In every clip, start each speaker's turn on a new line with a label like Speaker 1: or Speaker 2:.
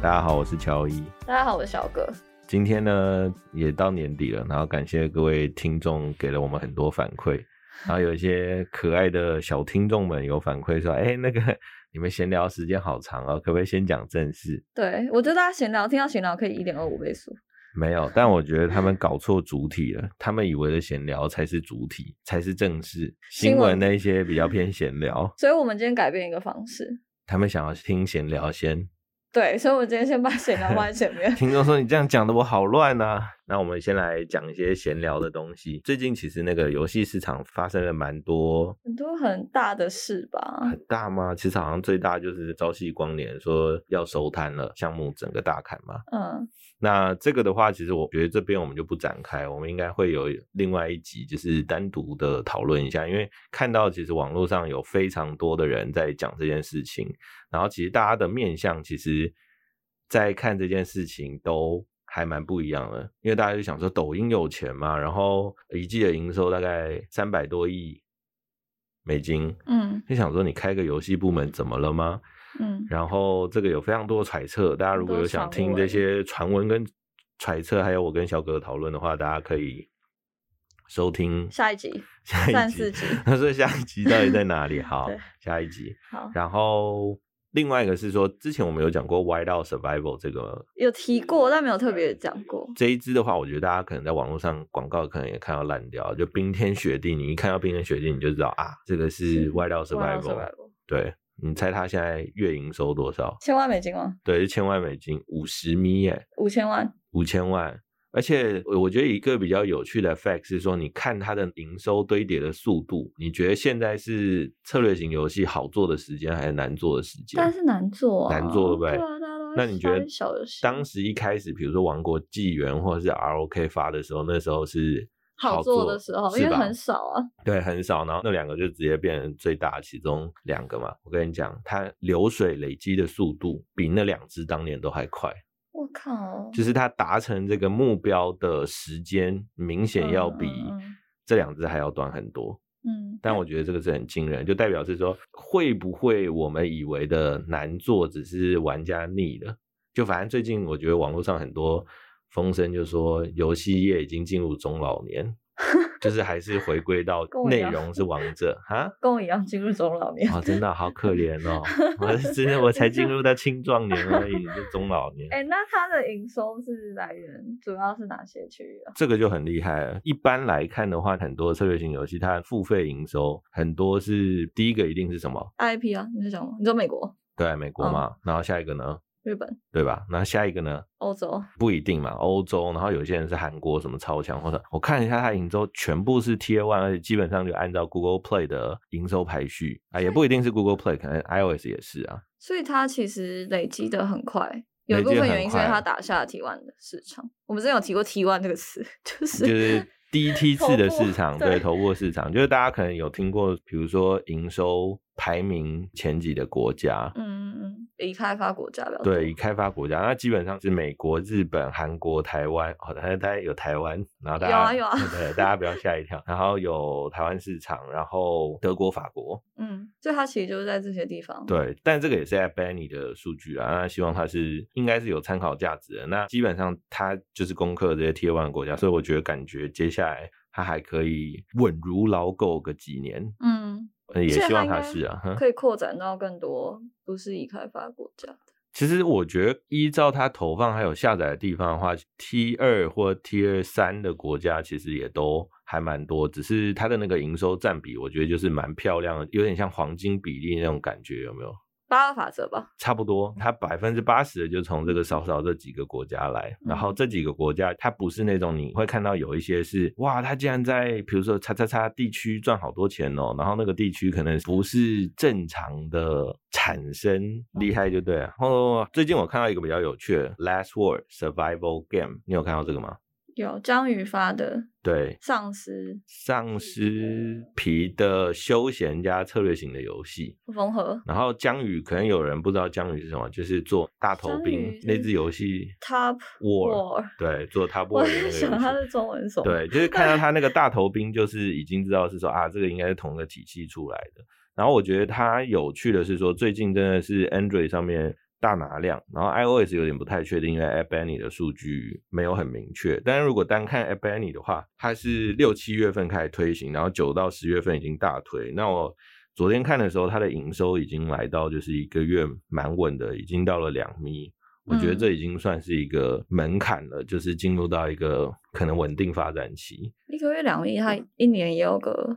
Speaker 1: 大家好，我是乔伊。
Speaker 2: 大家好，我是小哥。
Speaker 1: 今天呢也到年底了，然后感谢各位听众给了我们很多反馈，然后有一些可爱的小听众们有反馈说，那个你们闲聊时间好长哦，可不可以先讲正事？
Speaker 2: 对，我觉得大家闲聊听到闲聊可以 1.25 倍速。
Speaker 1: 没有，但我觉得他们搞错主体了，他们以为的闲聊才是主体，才是正事，新闻那些比较偏闲聊。
Speaker 2: 所以我们今天改变一个方式，
Speaker 1: 他们想要听闲聊先。
Speaker 2: 对，所以我们今天先把闲聊放在前面。
Speaker 1: 听众说你这样讲的我好乱啊。那我们先来讲一些闲聊的东西。最近其实那个游戏市场发生了蛮多
Speaker 2: 很多很大的事吧。
Speaker 1: 很大吗？其实好像最大就是朝夕光年说要收摊了，项目整个大砍嘛。那这个的话其实我觉得这边我们就不展开，我们应该会有另外一集就是单独的讨论一下，因为看到其实网络上有非常多的人在讲这件事情，然后其实大家的面向其实在看这件事情都还蛮不一样的，因为大家就想说抖音有钱嘛，然后一季的营收大概300多亿美金，就想说你开个游戏部门怎么了吗？然后这个有非常多的揣测，大家如果有想听这些传闻跟揣测，还有我跟小哥讨论的话，大家可以收听
Speaker 2: 下一集
Speaker 1: 3、4集。他说下一集到底在哪里？好，下一集。
Speaker 2: 好，
Speaker 1: 然后另外一个是说，之前我们有讲过 Whiteout Survival 这个有
Speaker 2: 提过，但没有特别讲过。
Speaker 1: 这一支的话，我觉得大家可能在网络上广告可能也看到烂掉，就冰天雪地，你一看到冰天雪地你就知道啊，这个是 Whiteout Survival。对，你猜他现在月营收多少
Speaker 2: ？1000万美金吗？
Speaker 1: 对，是1000万美金，50 million 耶
Speaker 2: ，5000万
Speaker 1: ，5000万。而且我觉得一个比较有趣的 fact 是说，你看它的营收堆叠的速度，你觉得现在是策略型游戏好做的时间还是难做的时间？
Speaker 2: 但是难做啊，
Speaker 1: 难做对不对？
Speaker 2: 对啊，大家都
Speaker 1: 那你觉得当
Speaker 2: 时
Speaker 1: 一开始比如说王国纪元或者是 ROK 发的时候，那时候是
Speaker 2: 好做的时候，因为很少啊。
Speaker 1: 对，很少，然后那两个就直接变成最大其中2个嘛。我跟你讲，它流水累积的速度比那2支当年都还快。
Speaker 2: 我靠，
Speaker 1: 就是它达成这个目标的时间明显要比这2支还要短很多。但我觉得这个是很惊人，就代表是说会不会我们以为的难做只是玩家腻了。就反正最近我觉得网络上很多风声就说游戏业已经进入中老年。就是还是回归到内容是王者啊，
Speaker 2: 跟我一样进入中老年。
Speaker 1: 真的好可怜哦。我才进入到青壮年而已，你就中老年。
Speaker 2: 那它的营收是来源主要是哪些区域啊？
Speaker 1: 这个就很厉害了。一般来看的话，很多策略型游戏它付费营收很多是第一个一定是什么
Speaker 2: IP 啊？你在讲吗？你说美国？
Speaker 1: 对，美国嘛。然后下一个呢？
Speaker 2: 日本，
Speaker 1: 对吧？那下一个呢？
Speaker 2: 欧洲
Speaker 1: 不一定嘛，欧洲，然后有些人是韩国什么超强，或者我看一下它营收全部是 Tier 1，而且基本上就按照 Google Play 的营收排序啊，也不一定是 Google Play， 可能 iOS 也是啊。
Speaker 2: 所以它其实累积的很快，有一部分原因是因为它打下了 T1 的市场。我们之前有提过 T1 这个词，就是
Speaker 1: 第一梯次的市场，对，头部的市场，就是大家可能有听过，比如说营收排名前几的国家，
Speaker 2: 已开发国家比较多。
Speaker 1: 对，已开发国家，那基本上是美国、日本、韩国、台湾，大概有台湾，然后大家
Speaker 2: 有啊，
Speaker 1: 对，大家不要吓一跳，然后有台湾市场，然后德国、法国，
Speaker 2: 所以它其实就是在这些地方。
Speaker 1: 对，但这个也是在 Benny 的数据啊，那希望它应该是有参考价值的。那基本上它就是攻克这些 Tier 1的国家，所以我觉得感觉接下来它还可以稳如老狗个几年。也希望它是啊，
Speaker 2: 可以扩展到更多不是已开发国家的。
Speaker 1: 其实我觉得依照它投放还有下载的地方的话 ，T2 或 Tier 3的国家其实也都还蛮多，只是它的那个营收占比，我觉得就是蛮漂亮的，有点像黄金比例那种感觉，有没有
Speaker 2: ？8法则吧，
Speaker 1: 差不多，它80%的就从这个少这几个国家来，然后这几个国家它不是那种你会看到有一些是哇，它竟然在比如说叉叉叉地区赚好多钱哦，然后那个地区可能不是正常的产生，厉害就对了。然后最近我看到一个比较有趣的 Last Word Survival Game， 你有看到这个吗？
Speaker 2: 有章鱼发的，
Speaker 1: 对，
Speaker 2: 丧尸
Speaker 1: 皮的休闲加策略型的游戏，
Speaker 2: 缝合。
Speaker 1: 然后江鱼可能有人不知道江鱼是什么，就是做大头兵那支游戏
Speaker 2: Top War，
Speaker 1: 对，做 Top War 的那个游戏。
Speaker 2: 我想它的中文什么？
Speaker 1: 对，就是看到他那个大头兵，就是已经知道是说啊，这个应该是同一个体系出来的。然后我觉得它有趣的是说，最近真的是 Android 上面大拿量，然后 iOS 有点不太确定，因为 App Annie 的数据没有很明确。但是如果单看 App Annie 的话，它是6、7月份开始推行，然后9到10月份已经大推。那我昨天看的时候，它的营收已经来到就是1个月蛮稳的，已经到了2米。我觉得这已经算是一个门槛了，就是进入到一个可能稳定发展期。
Speaker 2: 1个月2米，它1年也有个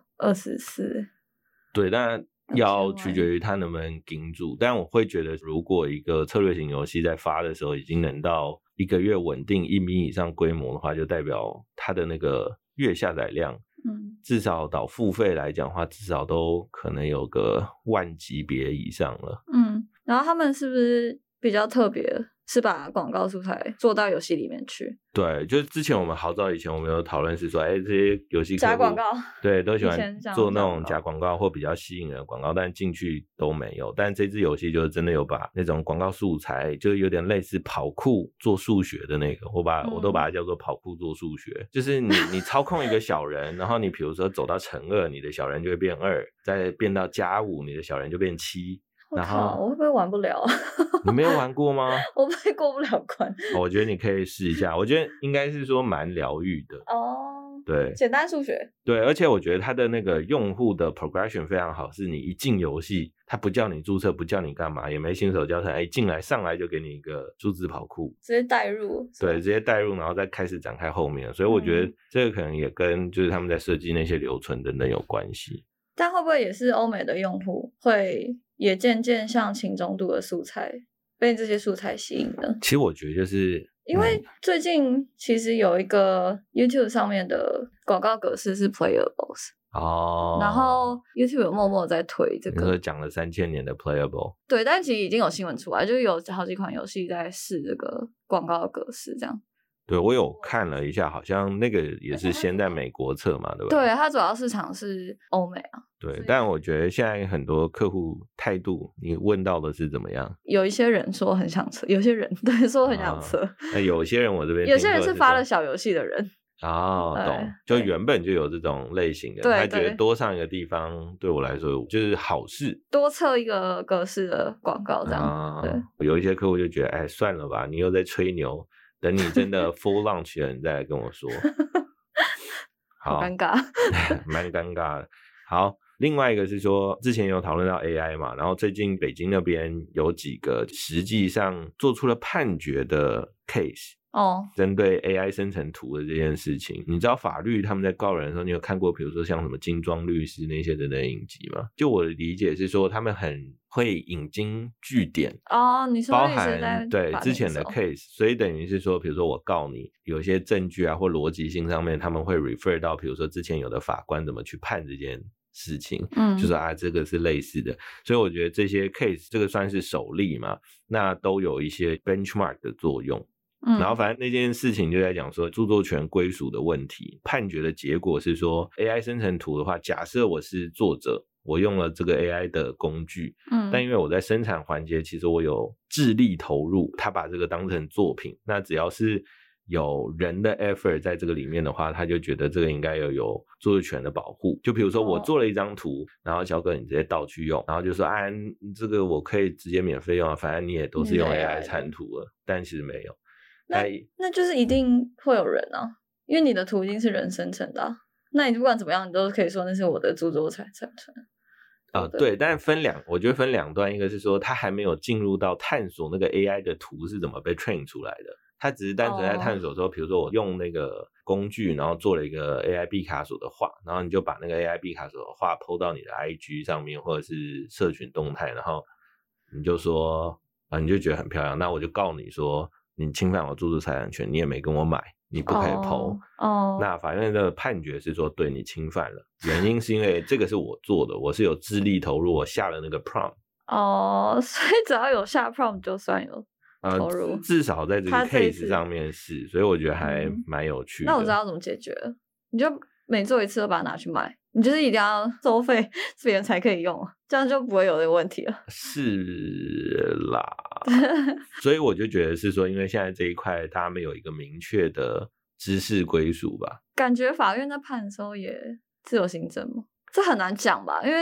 Speaker 2: 24。
Speaker 1: 对，但要取决于它能不能盯住。但我会觉得，如果一个策略型游戏在发的时候已经能到1个月稳定1米以上规模的话，就代表它的那个月下载量，至少到付费来讲的话，至少都可能有个10000级别以上了。
Speaker 2: 然后他们是不是比较特别，是把广告素材做到游戏里面去？
Speaker 1: 对，就是之前我们好早以前我们有讨论是说，这些游戏客户
Speaker 2: 假广告，
Speaker 1: 对，都喜欢做那种假广告或比较吸引人的广告，但进去都没有。但这支游戏就是真的有把那种广告素材，就是有点类似跑酷做数学的那个，我都把它叫做跑酷做数学，就是你操控一个小人，然后你比如说走到乘2，你的小人就会变2，再变到+5，你的小人就变7。然后
Speaker 2: 我会不会玩不了？
Speaker 1: 你没有玩过吗？
Speaker 2: 我会过不了关。
Speaker 1: 我觉得你可以试一下，我觉得应该是说蛮疗愈的对，
Speaker 2: 简单数学。
Speaker 1: 对，而且我觉得它的那个用户的 progression 非常好，是你一进游戏，它不叫你注册，不叫你干嘛，也没新手教程，进来上来就给你一个数字跑酷，
Speaker 2: 直接带入。
Speaker 1: 对，直接带入，然后再开始展开后面。所以我觉得这个可能也跟就是他们在设计那些流程等等有关系。
Speaker 2: 但会不会也是欧美的用户会也渐渐像轻中度的素材被这些素材吸引呢？
Speaker 1: 其实我觉得就是
Speaker 2: 因为最近其实有一个 YouTube 上面的广告格式是 Playables 然后 YouTube 有默默在推这个，
Speaker 1: 你说讲了3000年的 Playable，
Speaker 2: 对，但其实已经有新闻出来，就是有好几款游戏在试这个广告格式这样。
Speaker 1: 对，我有看了一下，好像那个也是先在美国测嘛，对吧？
Speaker 2: 对，它主要市场是欧美啊。
Speaker 1: 对，但我觉得现在很多客户态度，你问到的是怎么样？
Speaker 2: 有一些人说很想测，有些人对说很想测。
Speaker 1: 那有些人我这边
Speaker 2: 有些人是发了小游戏的人。
Speaker 1: 懂，就原本就有这种类型的，他觉得多上一个地方对我来说就是好事，
Speaker 2: 多测一个格式的广告这样。对，
Speaker 1: 有一些客户就觉得，算了吧，你又在吹牛。等你真的 full launch 了，你再来跟我说。
Speaker 2: 好尴尬，
Speaker 1: 蛮尴尬的。好，另外一个是说，之前有讨论到 AI 嘛，然后最近北京那边有几个实际上做出了判决的 case。针对 AI 生成图的这件事情，你知道法律他们在告人的时候，你有看过比如说像什么金庄律师那些的影集吗？就我的理解是说，他们很会引经据典
Speaker 2: 你说
Speaker 1: 包含对之前的 case， 所以等于是说，比如说我告你有些证据啊或逻辑性上面，他们会 refer 到比如说之前有的法官怎么去判这件事情，就说这个是类似的，所以我觉得这些 case 这个算是首例嘛，那都有一些 benchmark 的作用。然后反正那件事情就在讲说著作权归属的问题，判决的结果是说 AI 生成图的话，假设我是作者，我用了这个 AI 的工具，但因为我在生产环节其实我有智力投入，他把这个当成作品，那只要是有人的 effort 在这个里面的话，他就觉得这个应该有著作权的保护。就比如说我做了一张图，然后小哥你直接盗去用，然后就说这个我可以直接免费用反正你也都是用 AI 产图了，但其实没有。
Speaker 2: 那就是一定会有人啊，因为你的图已经是人生成的那你不管怎么样，你都可以说那是我的著作产权
Speaker 1: 对，但我觉得分两段，一个是说他还没有进入到探索那个 AI 的图是怎么被 train 出来的，他只是单纯在探索说，比如说我用那个工具，然后做了一个 AI 毕卡索的画，然后你就把那个 AI 毕卡索的画 po 到你的 IG 上面或者是社群动态，然后你就说你就觉得很漂亮，那我就告你说你侵犯我著作财产权，你也没跟我买，你不可以 po。那法院的判决是说对你侵犯了，原因是因为这个是我做的，我是有智力投入，我下了那个 prompt。
Speaker 2: 所以只要有下 prompt 就算有投入，
Speaker 1: 至少在这个 case 上面是，所以我觉得还蛮有趣的。
Speaker 2: 那我知道怎么解决了，你就每做一次都把它拿去卖，你就是一定要收费，别人才可以用，这样就不会有这个问题了。
Speaker 1: 是啦，所以我就觉得是说，因为现在这一块他们有一个明确的知识归属吧。
Speaker 2: 感觉法院在判的时候也自由行政吗？这很难讲吧，因为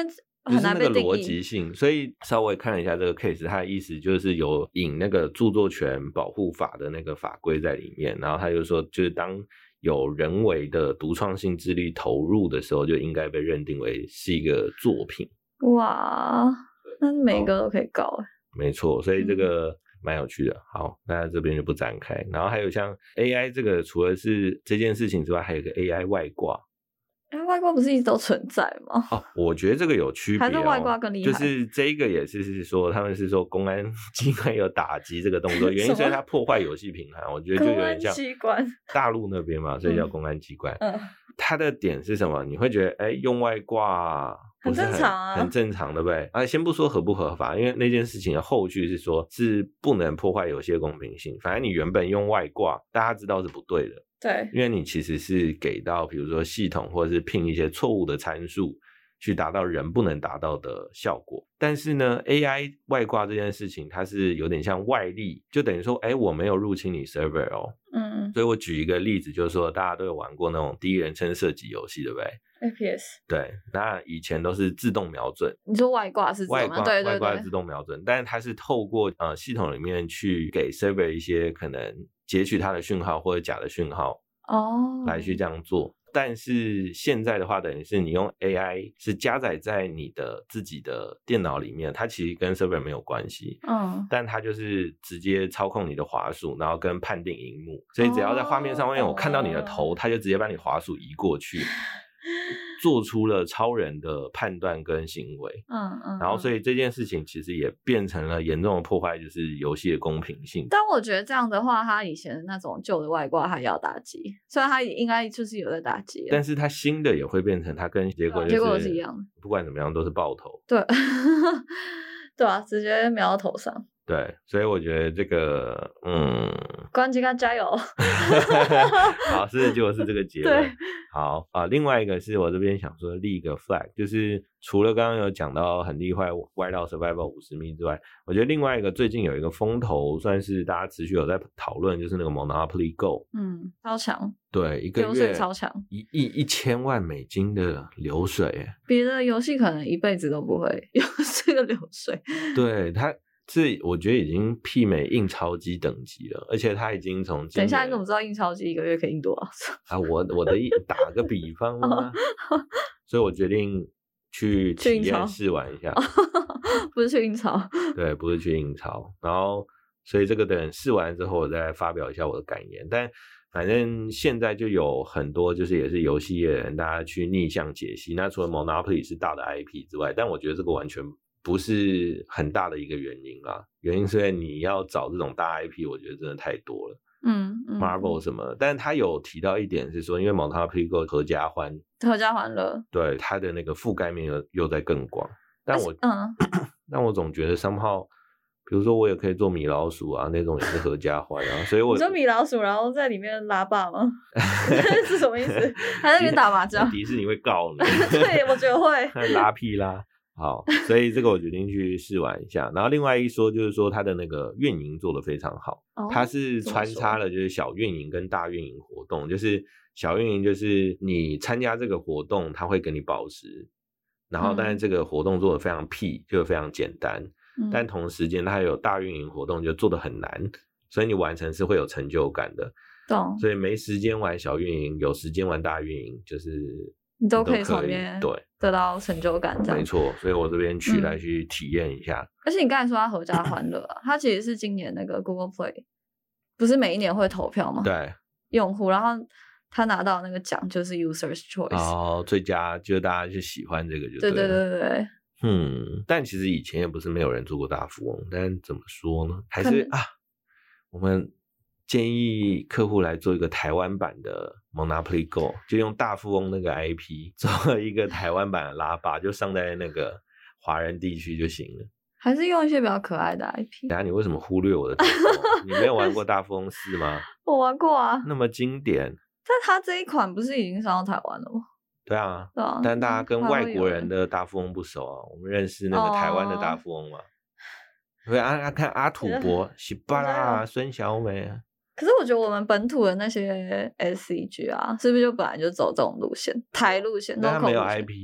Speaker 1: 就是那个逻辑性，所以稍微看了一下这个 case， 它的意思就是有引那个著作权保护法的那个法规在里面，然后他就说，就是当有人为的独创性智力投入的时候，就应该被认定为是一个作品。
Speaker 2: 哇，那每个都可以告
Speaker 1: 没错，所以这个蛮有趣的。好，那这边就不展开。然后还有像 AI 这个，除了是这件事情之外，还有个 AI 外挂。
Speaker 2: 外挂不是一直都存在吗？
Speaker 1: 我觉得这个有区别
Speaker 2: 还是外挂更厉害？
Speaker 1: 就是这一个也是说，他们是说公安机关有打击这个动作，原因是因为它破坏游戏平衡，我觉得就有点像大陆那边嘛，所以叫公安机关。它的点是什么？你会觉得，用外挂不是
Speaker 2: 很正常啊，
Speaker 1: 很正常，对不对？先不说合不合法，因为那件事情的后续是说，是不能破坏游戏的公平性。反正你原本用外挂，大家知道是不对的。
Speaker 2: 对，
Speaker 1: 因为你其实是给到比如说系统或者是拼一些错误的参数去达到人不能达到的效果。但是呢 AI 外挂这件事情它是有点像外力，就等于说我没有入侵你 server 哦。所以我举一个例子，就是说大家都有玩过那种第一人称射击游戏，对不对？
Speaker 2: FPS
Speaker 1: 对，那以前都是自动瞄准。
Speaker 2: 你说外挂是
Speaker 1: 外挂，
Speaker 2: 对
Speaker 1: 外挂是自动瞄准，但是它是透过系统里面去给 server 一些可能截取它的讯号或者假的讯号来去这样做。但是现在的话，等于是你用 AI 是加载在你的自己的电脑里面，它其实跟 server 没有关系，但它就是直接操控你的滑鼠，然后跟判定萤幕，所以只要在画面上面我看到你的头，它就直接把你滑鼠移过去。做出了超人的判断跟行为，然后所以这件事情其实也变成了严重的破坏，就是游戏的公平性。
Speaker 2: 但我觉得这样的话，他以前的那种旧的外挂还要打击，所以他应该就是有在打击。
Speaker 1: 但是他新的也会变成他跟结果
Speaker 2: 是一样的，
Speaker 1: 不管怎么样都是爆头。
Speaker 2: 对，对啊，直接瞄到头上。
Speaker 1: 对，所以我觉得这个，
Speaker 2: 关机干加油！
Speaker 1: 好，结果是这个结论。好啊，另外一个是我这边想说立一个 flag， 就是除了刚刚有讲到很厉害Whiteout Survival 50米之外，我觉得另外一个最近有一个风头，算是大家持续有在讨论，就是那个 Monopoly Go，
Speaker 2: 超强，
Speaker 1: 对，一个月
Speaker 2: 流水超强
Speaker 1: ，1亿1000万美金的流水，
Speaker 2: 别的游戏可能一辈子都不会有这个流水。
Speaker 1: 对它。是我觉得已经媲美印钞机等级了，而且它已经从
Speaker 2: 等一下你怎么知道印钞机一个月可以印多少
Speaker 1: 我的打个比方嘛所以我决定去体验试玩一下
Speaker 2: 不是去印钞，
Speaker 1: 对，不是去印钞，然后所以这个等试完之后我再发表一下我的感言。但反正现在就有很多就是也是游戏业的人，大家去逆向解析，那除了 Monopoly 是大的 IP 之外，但我觉得这个完全不是很大的一个原因啦，原因是因为你要找这种大 IP 我觉得真的太多了，Marvel 什么，但是他有提到一点是说，因为 Monopoly Go 合家欢乐，对，它的那个覆盖面又在更广，但我总觉得somehow比如说我也可以做米老鼠啊，那种也是合家欢啊，所以你
Speaker 2: 说米老鼠然后在里面拉霸吗？是什么意思？还在里面打麻将？
Speaker 1: 迪士尼会告你
Speaker 2: 对，我觉得会
Speaker 1: 拉屁啦。好，所以这个我决定去试玩一下。然后另外一说就是说它的那个运营做得非常好，它是穿插了就是小运营跟大运营活动，就是小运营就是你参加这个活动它会给你宝石，然后但是这个活动做得非常屁，就非常简单，但同时间它有大运营活动就做得很难，所以你完成是会有成就感的。懂。所以没时间玩小运营，有时间玩大运营，就是
Speaker 2: 你都可以从里面得到成就感，这样
Speaker 1: 没错。所以我这边来去体验一下。
Speaker 2: 而且你刚才说它合家欢乐啊，它其实是今年那个 Google Play 不是每一年会投票吗？
Speaker 1: 对，
Speaker 2: 用户，然后他拿到那个奖就是 Users Choice，
Speaker 1: 最佳就是大家就喜欢这个就
Speaker 2: 对对。
Speaker 1: 但其实以前也不是没有人做过大富翁，但怎么说呢？还是我们建议客户来做一个台湾版的 Monopoly Go， 就用大富翁那个 IP 做一个台湾版的拉霸，就上在那个华人地区就行了。
Speaker 2: 还是用一些比较可爱的 IP。
Speaker 1: 等下你为什么忽略我的大富翁？你没有玩过大富翁4吗？
Speaker 2: 我玩过啊，
Speaker 1: 那么经典。
Speaker 2: 但他这一款不是已经上到台湾了吗？
Speaker 1: 对啊，但大家跟外国人的大富翁不熟啊，我们认识那个台湾的大富翁嘛。对啊，看阿土伯、喜巴拉、孙小美。
Speaker 2: 可是我觉得我们本土的那些 SCG 啊，是不是就本来就走这种路线，台路线？
Speaker 1: 但他没有 IP 啊。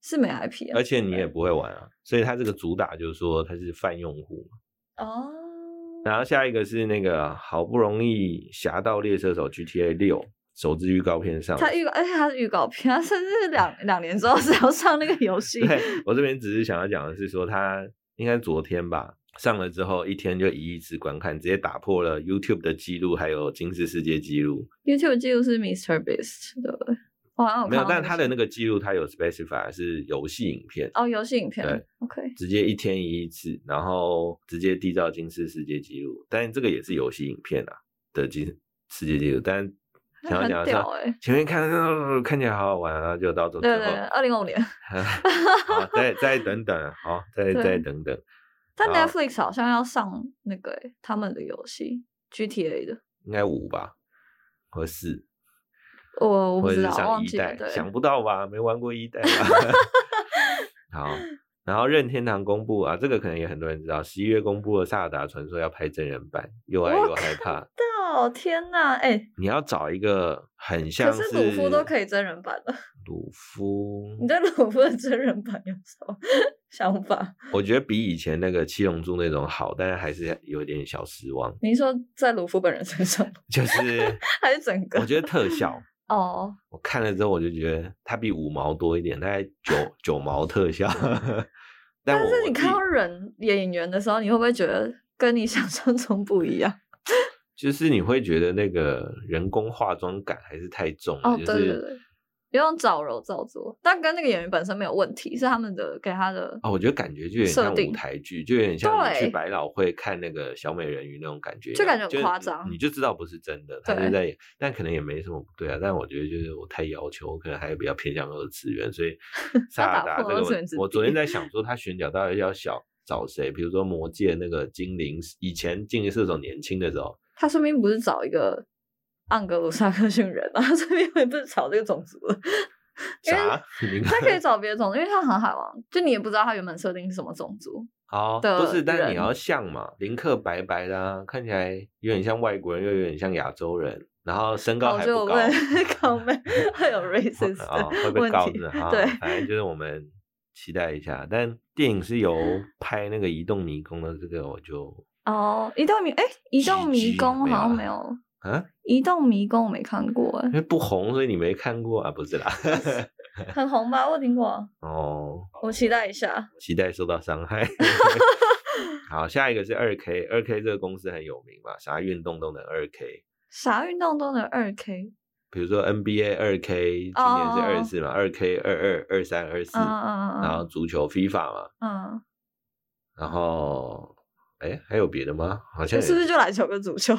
Speaker 2: 是没 IP
Speaker 1: 而且你也不会玩啊，所以它这个主打就是说它是泛用户嘛。
Speaker 2: 哦。
Speaker 1: 然后下一个是那个好不容易《侠盗猎车手》GTA 6首支预告片上，
Speaker 2: 而且它是预告片，它甚至两年之后是要上那个游戏。
Speaker 1: 对，我这边只是想要讲的是说，它应该昨天吧上了之后，一天就1亿次观看，直接打破了 YouTube 的记录，还有金氏世界纪录。
Speaker 2: YouTube 记录是 MrBeast 的。
Speaker 1: 没有，但他的那个记录，他有 specify 是游戏影片
Speaker 2: 哦，游戏影片
Speaker 1: 对
Speaker 2: ，OK，
Speaker 1: 直接1天1亿次，然后直接缔造金氏世界纪录，但这个也是游戏影片啊的金世界纪录，但想要讲的是，前面看起来好好玩啊，就到最后，
Speaker 2: 对，2025年，
Speaker 1: 好，再等等，好，再等等。
Speaker 2: 但 Netflix 好像要上那个他们的游戏 GTA 的，
Speaker 1: 应该5吧，或4。
Speaker 2: 我不知道，
Speaker 1: 或者是上1代，想不到吧？没玩过1代吧？好，然后任天堂公布啊，这个可能也很多人知道，11月公布了《萨尔达传说》要拍真人版，又爱又害怕。
Speaker 2: 天哪，
Speaker 1: 你要找一个很像是，
Speaker 2: 可是鲁夫都可以真人版了。
Speaker 1: 鲁夫，
Speaker 2: 你对鲁夫的真人版有什么想法？
Speaker 1: 我觉得比以前那个七龙珠那种好，但是还是有点小失望。
Speaker 2: 你说在鲁夫本人身上，
Speaker 1: 就是
Speaker 2: 还是整个？
Speaker 1: 我觉得特效。
Speaker 2: 哦，
Speaker 1: 我看了之后我就觉得它比5毛多一点，大概9毛特效。
Speaker 2: 但是你看到演员的时候，你会不会觉得跟你想象中不一样？
Speaker 1: 就是你会觉得那个人工化妆感还是太重了，
Speaker 2: 对，用找柔造作，但跟那个演员本身没有问题，是他们的给他的
Speaker 1: 我觉得感觉就有点像舞台剧，就有点像你去百老汇看那个小美人鱼那种感觉，
Speaker 2: 就感觉很夸张，
Speaker 1: 你就知道不是真的，他就在演，但可能也没什么不对啊。但我觉得就是我太要求，我可能还比较偏向2次元，所以萨尔达这个我昨天在想说，他选角到底要找谁？比如说魔戒那个精灵，以前精灵射手年轻的时候，
Speaker 2: 他说明不是找一个盎格鲁撒克逊人啊，他这边也不是找这个种族了。
Speaker 1: 啥？
Speaker 2: 他可以找别的种族，因为他航海王，就你也不知道他原本设定是什么种族。
Speaker 1: 不是，但你要像嘛，林克白白的啊，看起来有点像外国人，又有点像亚洲人，然后身高还不高，
Speaker 2: 会有 racist
Speaker 1: 会被告的哈。
Speaker 2: 对，
Speaker 1: 反正就是我们期待一下。但电影是由拍那个移动迷宫的，这个我就
Speaker 2: 移动迷宫好像没有。移动迷宫我没看过
Speaker 1: 因为不红，所以你没看过啊？不是啦，
Speaker 2: 很红吧？我有听过。我期待一下，
Speaker 1: 期待受到伤害。好，下一个是2K 这个公司很有名嘛，啥运动都能2K，
Speaker 2: 啥运动都能2K。
Speaker 1: 比如说 NBA 2K， 今年是24嘛，2K 22、23、24，然后足球 FIFA 嘛，然后还有别的吗？好像
Speaker 2: 是不是就篮球跟足球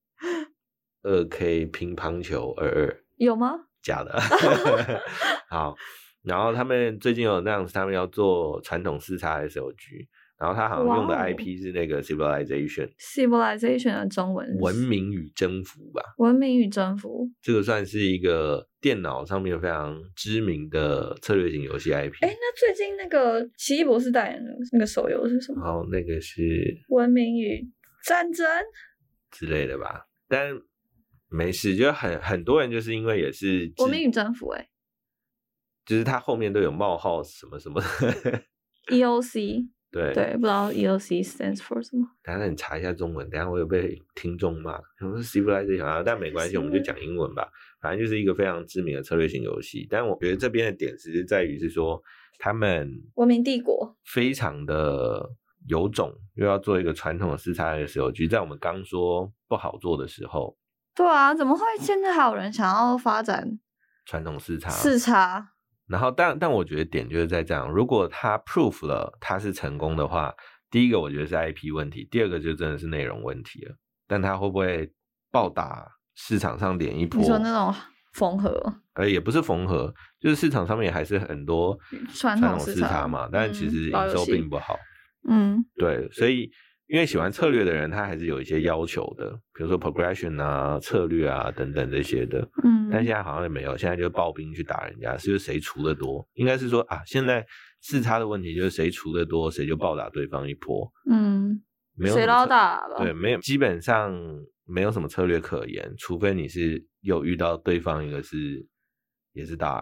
Speaker 1: ？2K 乒乓球22
Speaker 2: 有吗？
Speaker 1: 假的。好，然后他们最近有那样子，他们要做传统4X SLG， 然后他好像用的 IP 是那个 Civilization 的中文文明与征服吧？
Speaker 2: 文明与征服，这
Speaker 1: 个算是一个电脑上面非常知名的策略型游戏 IP。
Speaker 2: 那最近那个奇异博士代言的那个手游是什么？
Speaker 1: 那个是
Speaker 2: 文明与战争
Speaker 1: 之类的吧？但没事，就很多人就是因为也是
Speaker 2: 文明与征服
Speaker 1: 就是他后面都有冒号什么什么的
Speaker 2: EOC
Speaker 1: 对，
Speaker 2: 不知道 EOC stands for 什么。
Speaker 1: 等一下你查一下中文，等一下我有被听众骂，什么是 Civilization 但没关系，我们就讲英文吧。反正就是一个非常知名的策略型游戏，但我觉得这边的点其实在于是说，他们
Speaker 2: 文明帝国
Speaker 1: 非常的有种，又要做一个传统的4X SLG，在我们刚说不好做的时候。
Speaker 2: 对啊，怎么会现在还有人想要发展
Speaker 1: 传统
Speaker 2: 4X？
Speaker 1: 然后但我觉得点就是在这样，如果他 proof 了他是成功的话，第一个我觉得是 IP 问题，第二个就真的是内容问题了。但他会不会暴打市场上脸一波？
Speaker 2: 你说那种缝合？
Speaker 1: 也不是缝合，就是市场上面还是很多传统4X嘛，但其实营收并不好。对，所以因为喜欢策略的人，他还是有一些要求的，比如说 progression 啊、策略啊等等这些的。但现在好像也没有，现在就暴兵去打人家，是谁除的多？应该是说现在4X的问题就是谁除的多，谁就暴打对方一波。没有谁老打吧？对，没有，基本上没有什么策略可言，除非你是有遇到对方一个也是大 R，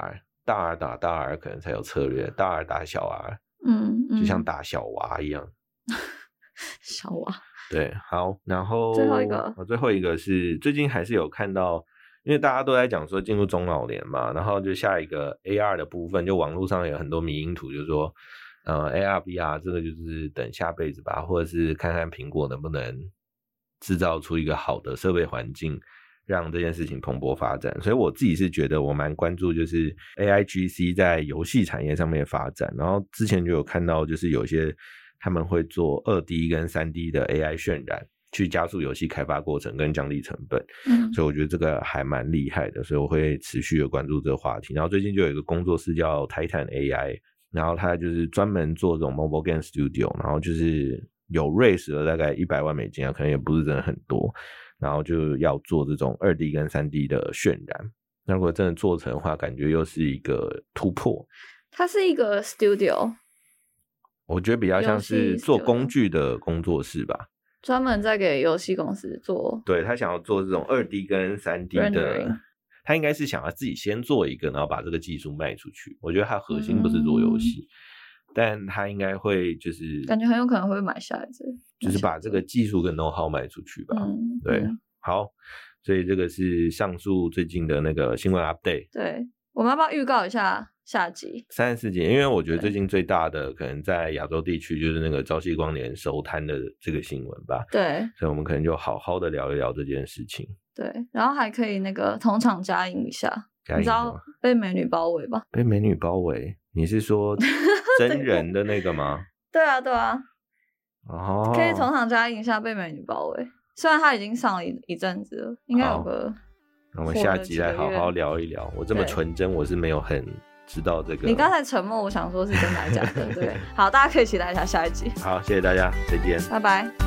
Speaker 1: 大 R 打大 R 可能才有策略，大 R 打小 R， 就像打小娃一样。
Speaker 2: 小娃。
Speaker 1: 对，好，然后
Speaker 2: 最后一个
Speaker 1: 是最近还是有看到，因为大家都在讲说进入中老年嘛，然后就下一个 AR 的部分，就网络上有很多迷因图，就是说AR VR 这个就是等下辈子吧，或者是看看苹果能不能制造出一个好的设备环境，让这件事情蓬勃发展。所以我自己是觉得我蛮关注就是 AIGC 在游戏产业上面的发展，然后之前就有看到就是有些他们会做 2D 跟 3D 的 AI 渲染，去加速游戏开发过程跟降低成本。所以我觉得这个还蛮厉害的，所以我会持续的关注这个话题。然后最近就有一个工作室叫 Titan AI， 然后他就是专门做这种 Mobile Game Studio， 然后就是有 raise 了大概$100万啊，可能也不是真的很多，然后就要做这种 2D 跟 3D 的渲染。那如果真的做成的话，感觉又是一个突破。
Speaker 2: 它是一个 studio，
Speaker 1: 我觉得比较像是做工具的工作室吧，
Speaker 2: 专门在给游戏公司做。
Speaker 1: 对，他想要做这种 2D 跟 3D 的，他应该是想要自己先做一个，然后把这个技术卖出去。我觉得他核心不是做游戏，但他应该会就是
Speaker 2: 感觉很有可能会买下一只，
Speaker 1: 就是把这个技术跟 know-how 卖出去吧。对，好，所以这个是上述最近的那个新闻 update。
Speaker 2: 对，我们要不要预告一下下集
Speaker 1: 34集？因为我觉得最近最大的可能在亚洲地区就是那个朝夕光年收摊的这个新闻吧。
Speaker 2: 对，
Speaker 1: 所以我们可能就好好的聊一聊这件事情。
Speaker 2: 对，然后还可以那个同场加映一下。你知道被美女包围吧？
Speaker 1: 被美女包围？你是说真人的那个吗？
Speaker 2: 对啊，对啊。
Speaker 1: 哦，
Speaker 2: 可以同场加映一下被美女包围。虽然他已经上了一阵子了，应该有个。
Speaker 1: 那我们下集来好好聊一聊。我这么纯真，我是没有很知道这个。
Speaker 2: 你刚才沉默，我想说是真的还是假的，对。好，大家可以期待一下下一集。
Speaker 1: 好，谢谢大家，再见，
Speaker 2: 拜拜。